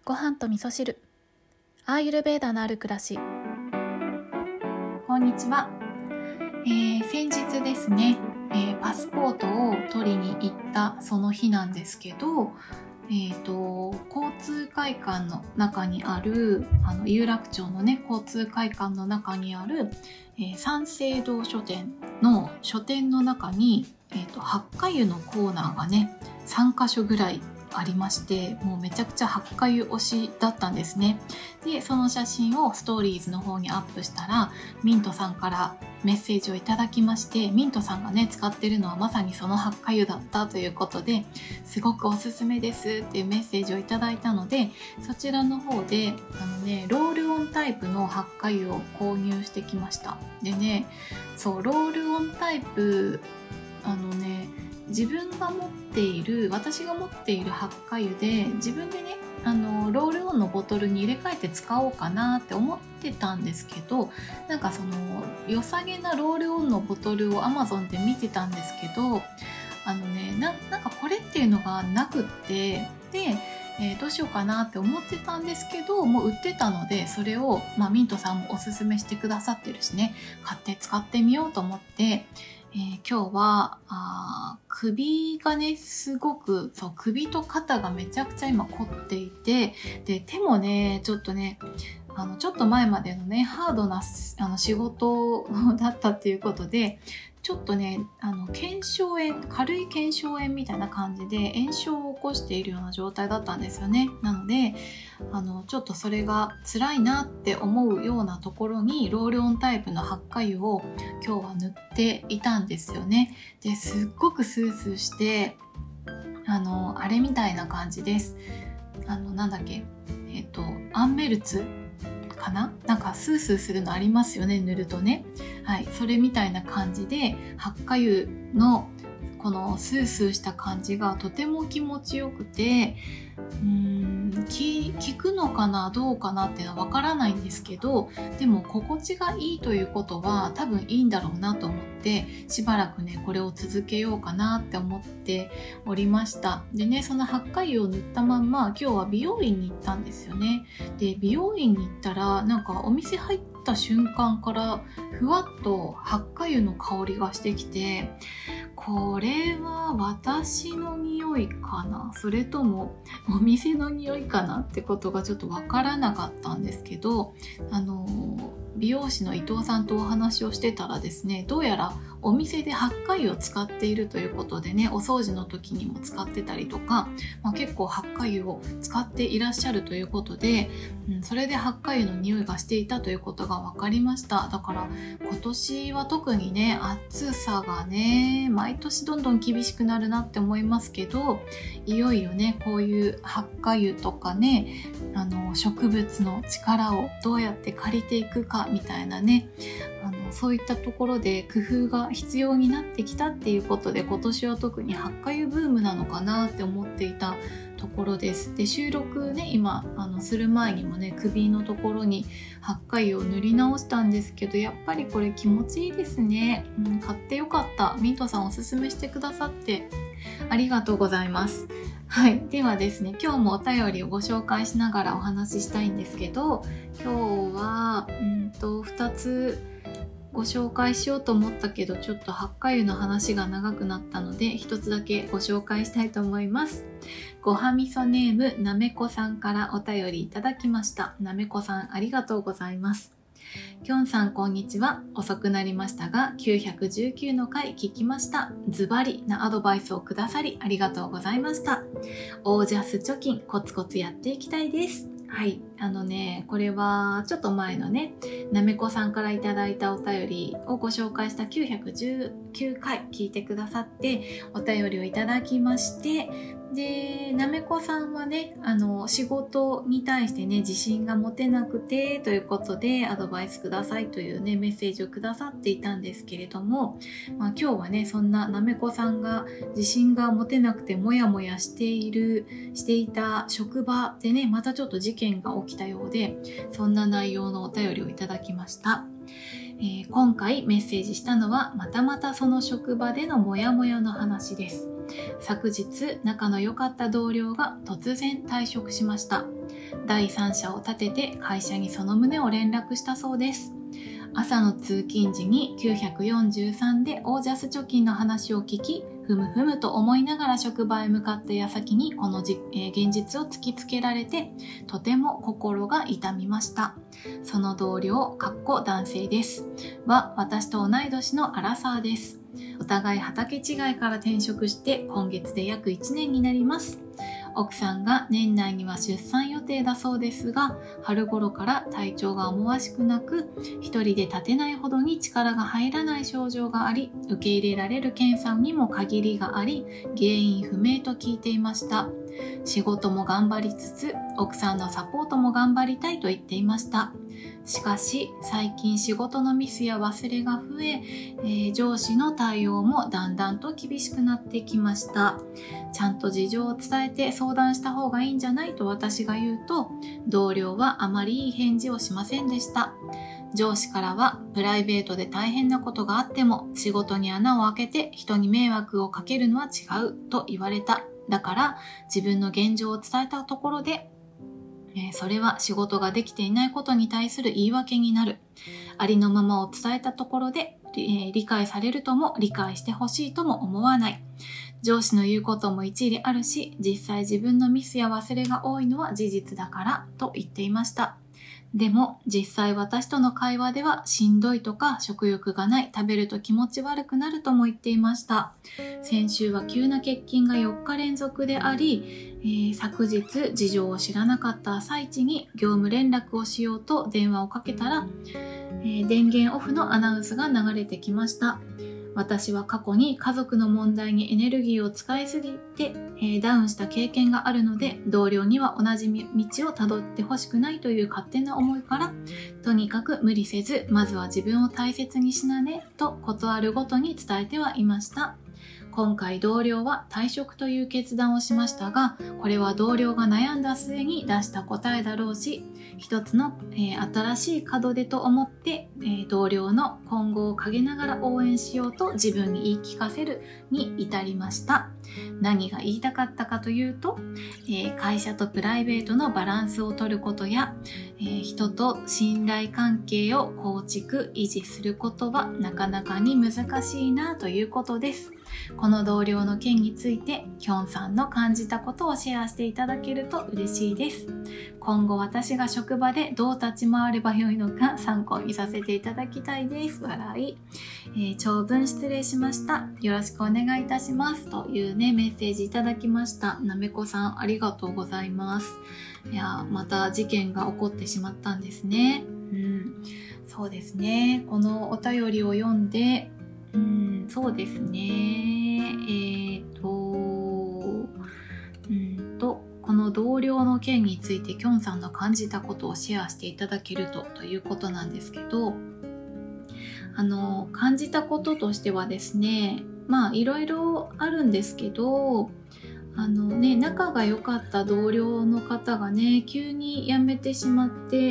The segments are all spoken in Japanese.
ご飯と味噌汁、アーユルヴェーダのある暮らし。こんにちは。先日ですね、パスポートを取りに行ったその日なんですけど、交通会館の中にある有楽町のね交通会館の中にある、三省堂書店の書店の中に、八花湯のコーナーがね3カ所ぐらいありまして、もうめちゃくちゃ八花湯推しだったんですね。でその写真をストーリーズの方にアップしたら、ミントさんからメッセージをいただきまして、ミントさんがね使ってるのはまさにその八花湯だったということで、すごくおすすめですっていうメッセージをいただいたので、そちらの方でロールオンタイプの八花湯を購入してきました。でね、そうロールオンタイプ自分が持っている私が持っている八花湯で自分でねロールオンのボトルに入れ替えて使おうかなって思ってたんですけど、なんかその良さげなロールオンのボトルを Amazon で見てたんですけど、なんかこれっていうのがなくって、でどうしようかなって思ってたんですけど、もう売ってたので、それを、ミントさんもおすすめしてくださってるしね、買って使ってみようと思って、今日は首がねすごく首と肩がめちゃくちゃ今凝っていて、で手もねちょっとねちょっと前までのねハードな仕事だったっていうことで、ちょっとね腱鞘炎、軽い腱鞘炎みたいな感じで炎症を起こしているような状態だったんですよね。なのでちょっとそれが辛いなって思うようなところにロールオンタイプの八花湯を今日は塗っていたんですよね。ですっごくスースーしてあれみたいな感じです。なんだっけアンメルツかな、なんかスースーするのありますよね、塗るとね。はい、それみたいな感じで八花湯のこのスースーした感じがとても気持ちよくて、効くのかなどうかなっていうのはわからないんですけど、でも心地がいいということは多分いいんだろうなと思って、しばらくねこれを続けようかなって思っておりました。でね、その八花湯を塗ったまんま今日は美容院に行ったんですよね。で美容院に行ったら、なんかお店入った瞬間からふわっと八花湯の香りがしてきて、これは私の匂いかな、それともお店の匂いかなってことがちょっとわからなかったんですけど、美容師の伊藤さんとお話をしてたらですね、どうやらお店で八花湯を使っているということでね、お掃除の時にも使ってたりとか、結構八花湯を使っていらっしゃるということで、それで八花湯の匂いがしていたということが分かりました。だから今年は特にね、暑さがね毎年どんどん厳しくなるなって思いますけど、いよいよねこういう八花湯とかね、植物の力をどうやって借りていくかみたいなね、そういったところで工夫が必要になってきたっていうことで、今年は特に八花湯ブームなのかなって思っていたところです。で収録ね今する前にもね首のところに八花湯を塗り直したんですけど、やっぱりこれ気持ちいいですね。買ってよかった。ミントさんおすすめしてくださってありがとうございます。はい、ではですね、今日もお便りをご紹介しながらお話ししたいんですけど、今日は2つご紹介しようと思ったけど、ちょっと八花湯の話が長くなったので1つだけご紹介したいと思います。ごはみそネームなめこさんからお便りいただきました。なめこさんありがとうございます。きょんさんこんにちは。遅くなりましたが919の回聞きました。ズバリなアドバイスをくださりありがとうございました。オージャス貯金コツコツやっていきたいです。はい、これはちょっと前のねなめこさんからいただいたお便りをご紹介した919回聞いてくださってお便りをいただきまして、でなめこさんはね仕事に対してね自信が持てなくてということでアドバイスくださいというねメッセージをくださっていたんですけれども、今日はねそんななめこさんが自信が持てなくてモヤモヤしていた職場でねまたちょっと事件が起きたようで、そんな内容のお便りをいただきました。今回メッセージしたのはまたまたその職場でのモヤモヤの話です。昨日仲の良かった同僚が突然退職しました。 第三者を立てて会社にその旨を連絡したそうです。朝の通勤時に943でオージャス貯金の話を聞き、ふむふむと思いながら職場へ向かった矢先にこの現実を突きつけられて、とても心が痛みました。その同僚、男性です。は私と同い年のアラサーです。お互い畑違いから転職して今月で約1年になります。奥さんが年内には出産予定だそうですが、春頃から体調が思わしくなく、一人で立てないほどに力が入らない症状があり、受け入れられる検査にも限りがあり、原因不明と聞いていました。仕事も頑張りつつ、奥さんのサポートも頑張りたいと言っていました。しかし、最近仕事のミスや忘れが増え、上司の対応もだんだんと厳しくなってきました。ちゃんと事情を伝えて相談した方がいいんじゃないと私が言うと、同僚はあまりいい返事をしませんでした。上司からは、プライベートで大変なことがあっても、仕事に穴を開けて人に迷惑をかけるのは違うと言われた。だから自分の現状を伝えたところで、それは仕事ができていないことに対する言い訳になる。ありのままを伝えたところで、理解されるとも理解してほしいとも思わない。上司の言うことも一理あるし、実際自分のミスや忘れが多いのは事実だからと言っていました。でも実際私との会話ではしんどいとか食欲がない、食べると気持ち悪くなるとも言っていました。先週は急な欠勤が4日連続であり、昨日事情を知らなかった朝一に業務連絡をしようと電話をかけたら、電源オフのアナウンスが流れてきました。私は過去に家族の問題にエネルギーを使いすぎて、ダウンした経験があるので、同僚には同じ道をたどってほしくないという勝手な思いから、とにかく無理せず、まずは自分を大切にしなねとことあるごとに伝えてはいました。今回同僚は退職という決断をしましたが、これは同僚が悩んだ末に出した答えだろうし、一つの、新しい門出と思って、同僚の今後を陰ながら応援しようと自分に言い聞かせるに至りました。何が言いたかったかというと、会社とプライベートのバランスを取ることや、人と信頼関係を構築維持することはなかなかに難しいなということです。この同僚の件についてきょんさんの感じたことをシェアしていただけると嬉しいです。今後私が職場でどう立ち回ればよいのか参考にさせていただきたいです。笑い、長文失礼しました。よろしくお願いいたしますというねメッセージいただきました。なめこさんありがとうございます。いやまた事件が起こってしまったんですね。そうですね。このお便りを読んでそうですね。この同僚の件についてきょんさんの感じたことをシェアしていただけるということなんですけど、感じたこととしてはですね、いろいろあるんですけど、仲が良かった同僚の方がね、急に辞めてしまって、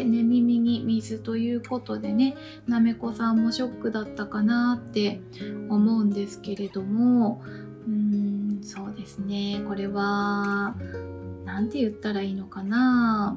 寝耳に水ということでね、なめこさんもショックだったかなって思うんですけれども、そうですね、これは、なんて言ったらいいのかな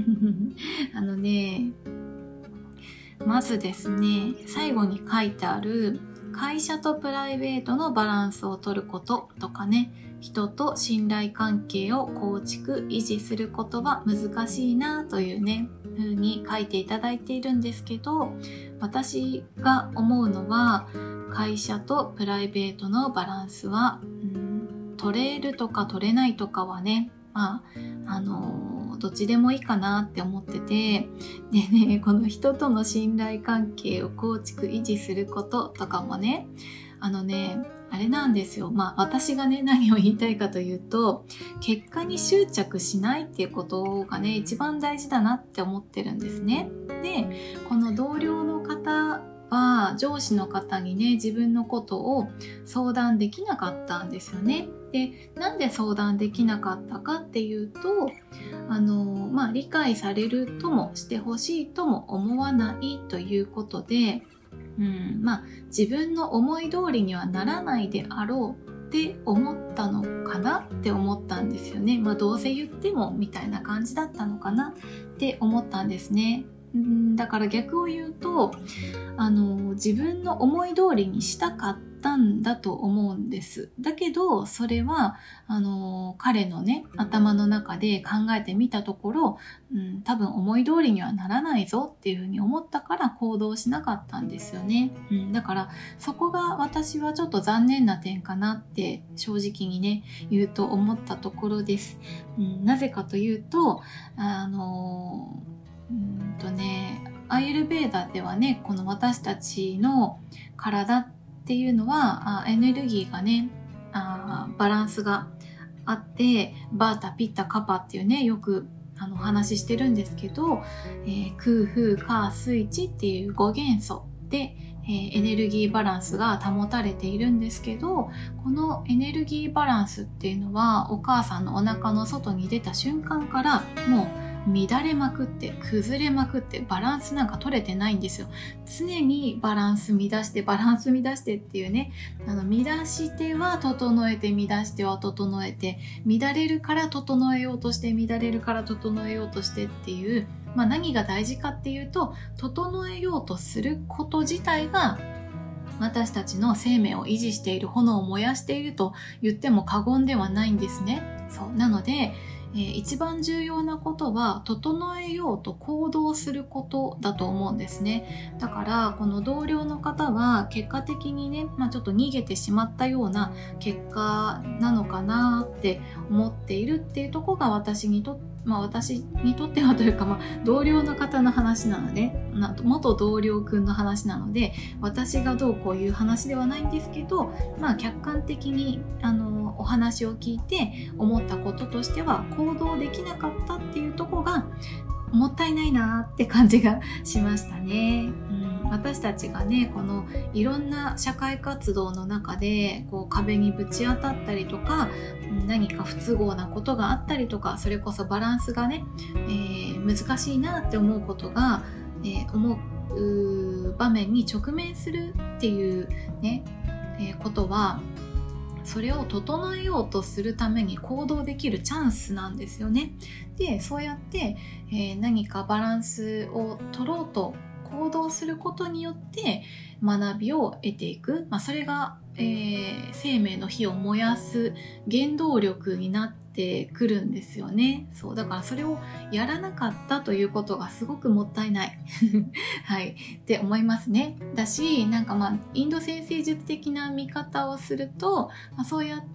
まずですね、最後に書いてある、会社とプライベートのバランスを取ることとかね、人と信頼関係を構築維持することは難しいなというね風に書いていただいているんですけど、私が思うのは会社とプライベートのバランスは、取れるとか取れないとかはね、どっちでもいいかなって思ってて、でね、この人との信頼関係を構築維持することとかもね、あれなんですよ。私がね、何を言いたいかというと、結果に執着しないっていうことがね、一番大事だなって思ってるんですね。で、この同僚の方は、上司の方にね、自分のことを相談できなかったんですよね。で、なんで相談できなかったかっていうと、理解されるともしてほしいとも思わないということで、自分の思い通りにはならないであろうっって思ったのかなって思ったんですよね。どうせ言ってもみたいな感じだったのかなって思ったんですね。だから逆を言うと自分の思い通りにしたかったんだと思うんです。だけどそれは彼のね頭の中で考えてみたところ、多分思い通りにはならないぞっていうふうに思ったから行動しなかったんですよね。だからそこが私はちょっと残念な点かなって正直にね言うと思ったところです。なぜかというとアーユルヴェーダではねこの私たちの体っていうのはエネルギーがねバランスがあってバータピッタカパっていうねよくお話ししてるんですけど、空風火水地っていう5元素でエネルギーバランスが保たれているんですけど、このエネルギーバランスっていうのはお母さんのお腹の外に出た瞬間からもう乱れまくって崩れまくってバランスなんか取れてないんですよ。常にバランス乱してっていうね乱しては整えて乱しては整えて乱れるから整えようとして乱れるから整えようとしてっていう何が大事かっていうと整えようとすること自体が私たちの生命を維持している炎を燃やしていると言っても過言ではないんですね。そうなので一番重要なことは整えようと行動することだと思うんですね。だからこの同僚の方は結果的にね、ちょっと逃げてしまったような結果なのかなって思っているっていうところが私にとってはというか、同僚の方の話なので元同僚くんの話なので私がどうこういう話ではないんですけど、客観的にお話を聞いて思ったこととしては行動できなかったっていうところがもったいないなって感じがしましたね。私たちがねこのいろんな社会活動の中でこう壁にぶち当たったりとか何か不都合なことがあったりとかそれこそバランスがね、難しいなって思うことが、思う場面に直面するっていうね、ことはそれを整えようとするために行動できるチャンスなんですよね。でそうやって、何かバランスを取ろうと行動することによって学びを得ていく、それが、生命の火を燃やす原動力になってくるんですよね。そうだからそれをやらなかったということがすごくもったいないはいって思いますね。だしインド先生術的な見方をすると、そうやって、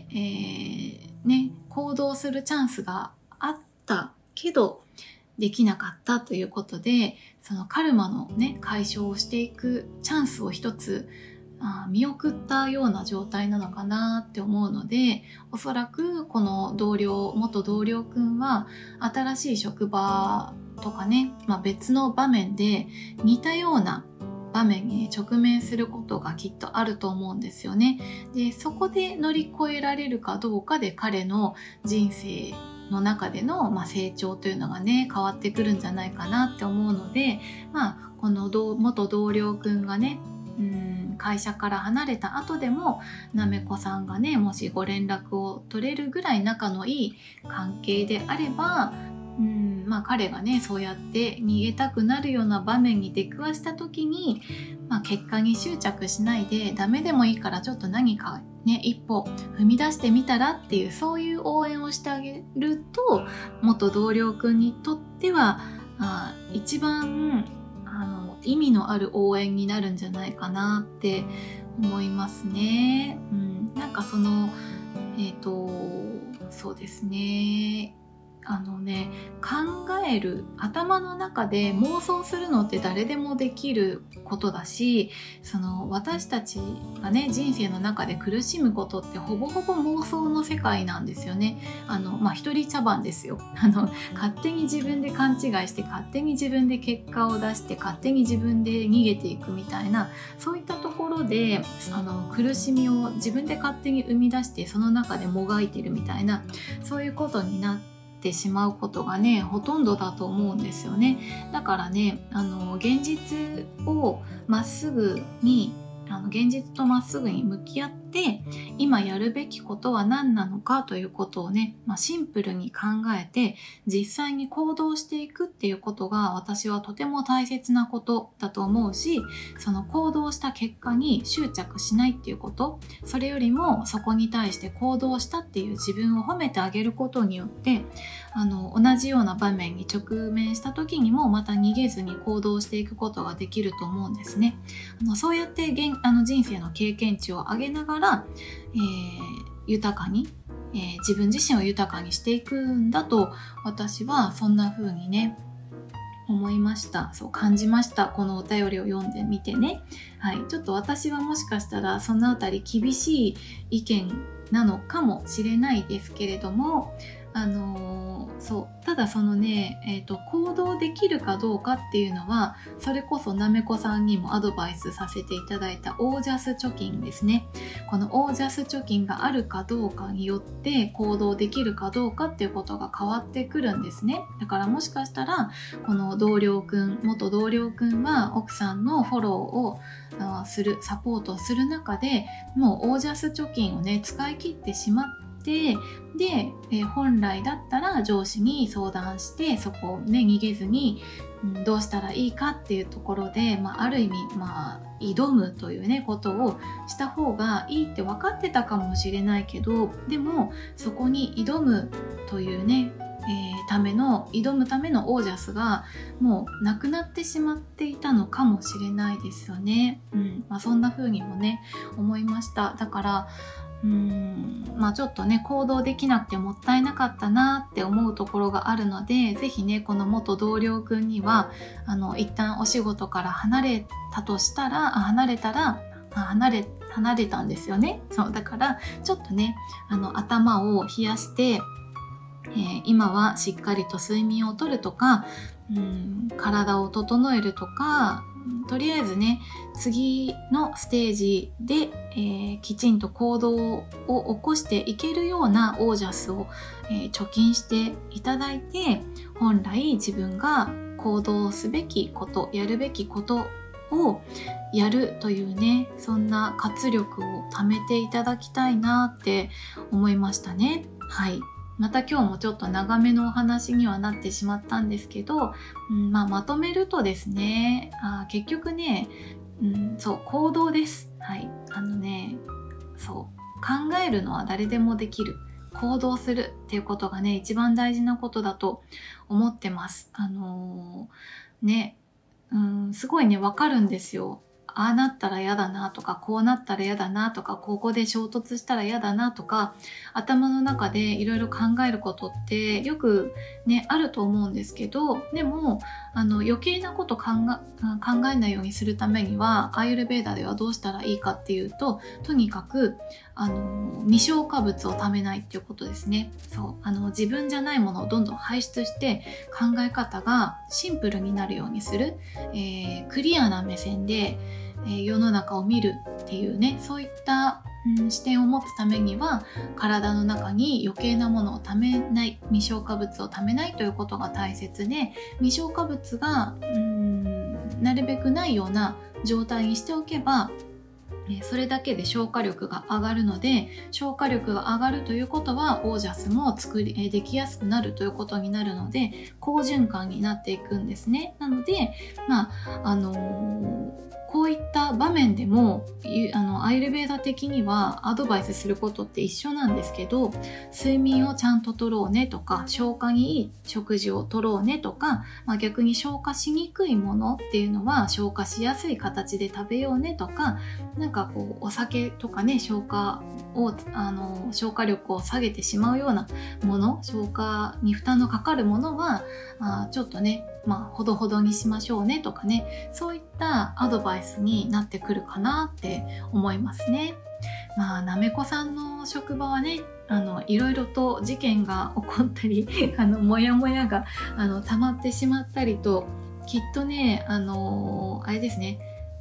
行動するチャンスがあったけどできなかったということでそのカルマのね解消をしていくチャンスを一つ見送ったような状態なのかなって思うので、おそらくこの元同僚くんは新しい職場とかね、別の場面で似たような場面に直面することがきっとあると思うんですよね。でそこで乗り越えられるかどうかで彼の人生の中での、成長というのがね変わってくるんじゃないかなって思うので、この元同僚くんがね会社から離れた後でもなめこさんがねもしご連絡を取れるぐらい仲のいい関係であれば彼がねそうやって逃げたくなるような場面に出くわした時に、結果に執着しないでダメでもいいからちょっと何かね一歩踏み出してみたらっていうそういう応援をしてあげると元同僚くんにとっては一番意味のある応援になるんじゃないかなって思いますね。そうですね。考える頭の中で妄想するのって誰でもできることだし私たちがね人生の中で苦しむことってほぼほぼ妄想の世界なんですよね。一人茶番ですよ。勝手に自分で勘違いして勝手に自分で結果を出して勝手に自分で逃げていくみたいなそういったところで苦しみを自分で勝手に生み出してその中でもがいているみたいなそういうことになってしまうことがねほとんどだと思うんですよね。だからね現実とまっすぐに向き合ってて、今やるべきことは何なのかということをね、シンプルに考えて実際に行動していくっていうことが私はとても大切なことだと思うし、その行動した結果に執着しないっていうこと、それよりもそこに対して行動したっていう自分を褒めてあげることによって、同じような場面に直面した時にもまた逃げずに行動していくことができると思うんですね。そうやって人生の経験値を上げながら、豊かに、自分自身を豊かにしていくんだと、私はそんな風にね思いました。そう感じました。このお便りを読んでみてね。はい、ちょっと私はもしかしたらそのあたり厳しい意見なのかもしれないですけれども、ただそのね、行動できるかどうかっていうのは、それこそなめこさんにもアドバイスさせていただいたオージャス貯金ですね。このオージャス貯金があるかどうかによって行動できるかどうかっていうことが変わってくるんですね。だからもしかしたらこの元同僚くんは奥さんのフォローをする、サポートをする中でもうオージャス貯金をね使い切ってしまってで、本来だったら上司に相談してそこをね逃げずに、どうしたらいいかっていうところで、ある意味、挑むというねことをした方がいいって分かってたかもしれないけど、でもそこに挑むというね、挑むためのオージャスがもうなくなってしまっていたのかもしれないですよね。そんな風にもね思いました。だからちょっとね行動できなくてもったいなかったなって思うところがあるので、ぜひねこの元同僚くんには一旦お仕事から離れたんですよね。そうだからちょっとね頭を冷やして、今はしっかりと睡眠をとるとか、体を整えるとか、とりあえずね次のステージで、きちんと行動を起こしていけるようなオージャスを、貯金していただいて、本来自分が行動すべきこと、やるべきことをやるというね、そんな活力を貯めていただきたいなって思いましたね。はい。また今日もちょっと長めのお話にはなってしまったんですけど、まとめるとですね、結局ね、行動です。はい。考えるのは誰でもできる。行動するっていうことがね、一番大事なことだと思ってます。すごいね、わかるんですよ。ああなったら嫌だなとか、こうなったら嫌だなとか、ここで衝突したら嫌だなとか、頭の中でいろいろ考えることってよくね、あると思うんですけど、でも、余計なこと考えないようにするためには、アーユルヴェーダではどうしたらいいかっていうと、とにかく、未消化物をためないっていうことですね。自分じゃないものをどんどん排出して考え方がシンプルになるようにする、クリアな目線で、世の中を見るっていうね、そういった、視点を持つためには体の中に余計なものをためない、未消化物をためないということが大切で、未消化物がなるべくないような状態にしておけば、それだけで消化力が上がるので、消化力が上がるということはオージャスもできやすくなるということになるので、好循環になっていくんですね。なので、こういった場面でもアーユルヴェーダ的にはアドバイスすることって一緒なんですけど、睡眠をちゃんととろうねとか、消化にいい食事をとろうねとか、逆に消化しにくいものっていうのは消化しやすい形で食べようねとか、お酒とかね、消化力を下げてしまうようなもの、消化に負担のかかるものはちょっとね、ほどほどにしましょうねとかね、そういったアドバイスになってくるかなって思いますね。なめこさんの職場はね、いろいろと事件が起こったりモヤモヤが溜まってしまったりと、きっとねあれですね、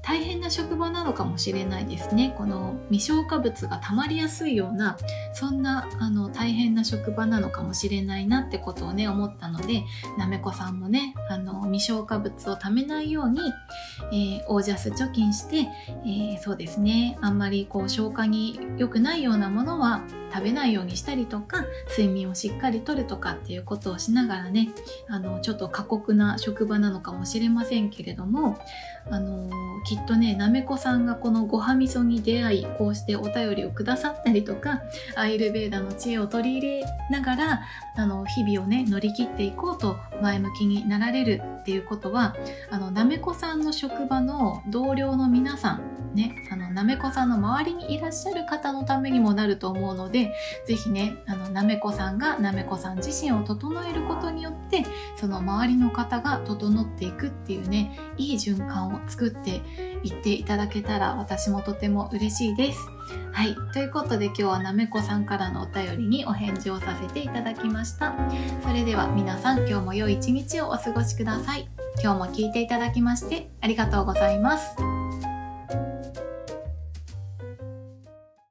大変な職場なのかもしれないですね。この未消化物が溜まりやすいような、そんな大変な職場なのかもしれないなってことをね思ったので、なめこさんもね未消化物をためないように、オージャス貯金して、そうですね、あんまりこう消化に良くないようなものは食べないようにしたりとか、睡眠をしっかりとるとかっていうことをしながらね、ちょっと過酷な職場なのかもしれませんけれども、きっとねなめこさんがこのごはみそに出会い、こうしてお便りをくださったりとか、アイルベーダの知恵を取り入れながら日々をね乗り切っていこうと前向きになられるっていうことは、なめこさんの職場の同僚の皆さんね、なめこさんの周りにいらっしゃる方のためにもなると思うので、ぜひねなめこさんがなめこさん自身を整えることによって、その周りの方が整っていくっていうね、いい循環を作っていっていただけたら私もとても嬉しいです。はい、ということで今日はなめこさんからのお便りにお返事をさせていただきました。それでは皆さん、今日も良い一日をお過ごしください。今日も聞いていただきましてありがとうございます。